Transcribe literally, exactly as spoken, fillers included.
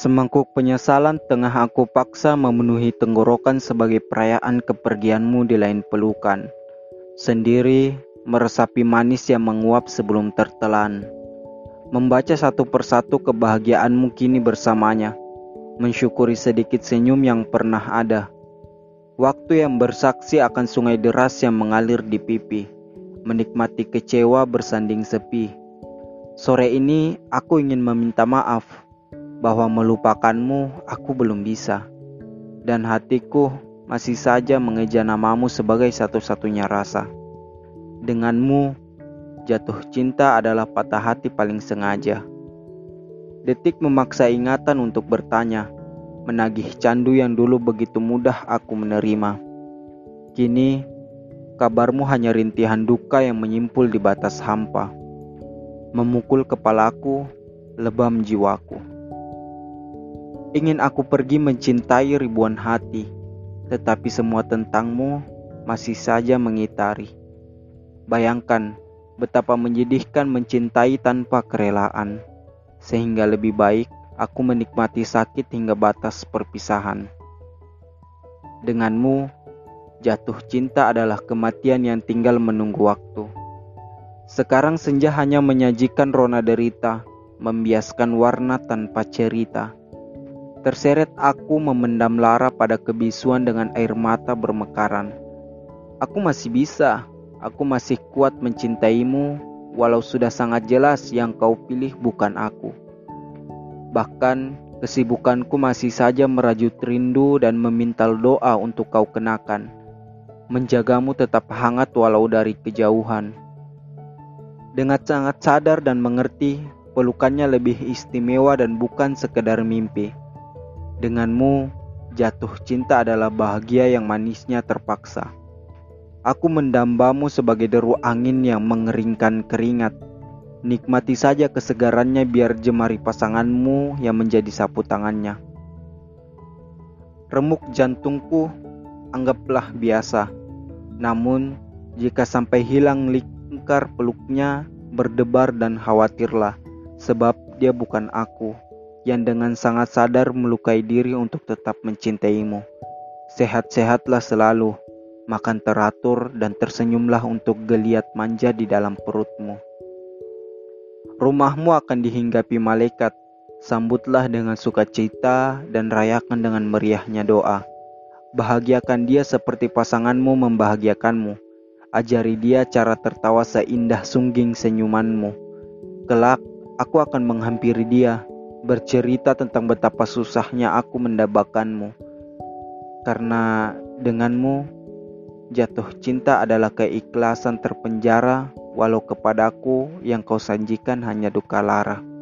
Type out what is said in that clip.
Semangkuk penyesalan tengah aku paksa memenuhi tenggorokan sebagai perayaan kepergianmu di lain pelukan. Sendiri meresapi manis yang menguap sebelum tertelan. Membaca satu persatu kebahagiaanmu kini bersamanya. Mensyukuri sedikit senyum yang pernah ada. Waktu yang bersaksi akan sungai deras yang mengalir di pipi. Menikmati kecewa bersanding sepi. Sore ini aku ingin meminta maaf bahwa melupakanmu aku belum bisa. Dan hatiku masih saja mengeja namamu sebagai satu-satunya rasa. Denganmu, jatuh cinta adalah patah hati paling sengaja. Detik memaksa ingatan untuk bertanya, menagih candu yang dulu begitu mudah aku menerima. Kini, kabarmu hanya rintihan duka yang menyimpul di batas hampa. Memukul kepalaku, lebam jiwaku. Ingin aku pergi mencintai ribuan hati, tetapi semua tentangmu masih saja mengitari. Bayangkan betapa menyedihkan mencintai tanpa kerelaan, sehingga lebih baik aku menikmati sakit hingga batas perpisahan. Denganmu, jatuh cinta adalah kematian yang tinggal menunggu waktu. Sekarang senja hanya menyajikan rona derita, membiaskan warna tanpa cerita. Terseret aku memendam lara pada kebisuan dengan air mata bermekaran. Aku masih bisa, aku masih kuat mencintaimu, walau sudah sangat jelas yang kau pilih bukan aku. Bahkan kesibukanku masih saja merajut rindu dan memintal doa untuk kau kenakan. Menjagamu tetap hangat walau dari kejauhan. Dengan sangat sadar dan mengerti, pelukannya lebih istimewa dan bukan sekedar mimpi. Denganmu, jatuh cinta adalah bahagia yang manisnya terpaksa. Aku mendambamu sebagai deru angin yang mengeringkan keringat. Nikmati saja kesegarannya biar jemari pasanganmu yang menjadi sapu tangannya. Remuk jantungku, anggaplah biasa. Namun, jika sampai hilang lingkar peluknya, berdebar dan khawatirlah, sebab dia bukan aku yang dengan sangat sadar melukai diri untuk tetap mencintaimu. Sehat-sehatlah selalu, makan teratur dan tersenyumlah untuk geliat manja di dalam perutmu. Rumahmu akan dihinggapi malaikat, sambutlah dengan sukacita dan rayakan dengan meriahnya doa. Bahagiakan dia seperti pasanganmu membahagiakanmu. Ajari dia cara tertawa seindah sungging senyumanmu. Kelak, aku akan menghampiri dia, bercerita tentang betapa susahnya aku mendambakanmu. Karena denganmu, jatuh cinta adalah keikhlasan terpenjara, walau kepadaku yang kau sajikan hanya duka lara.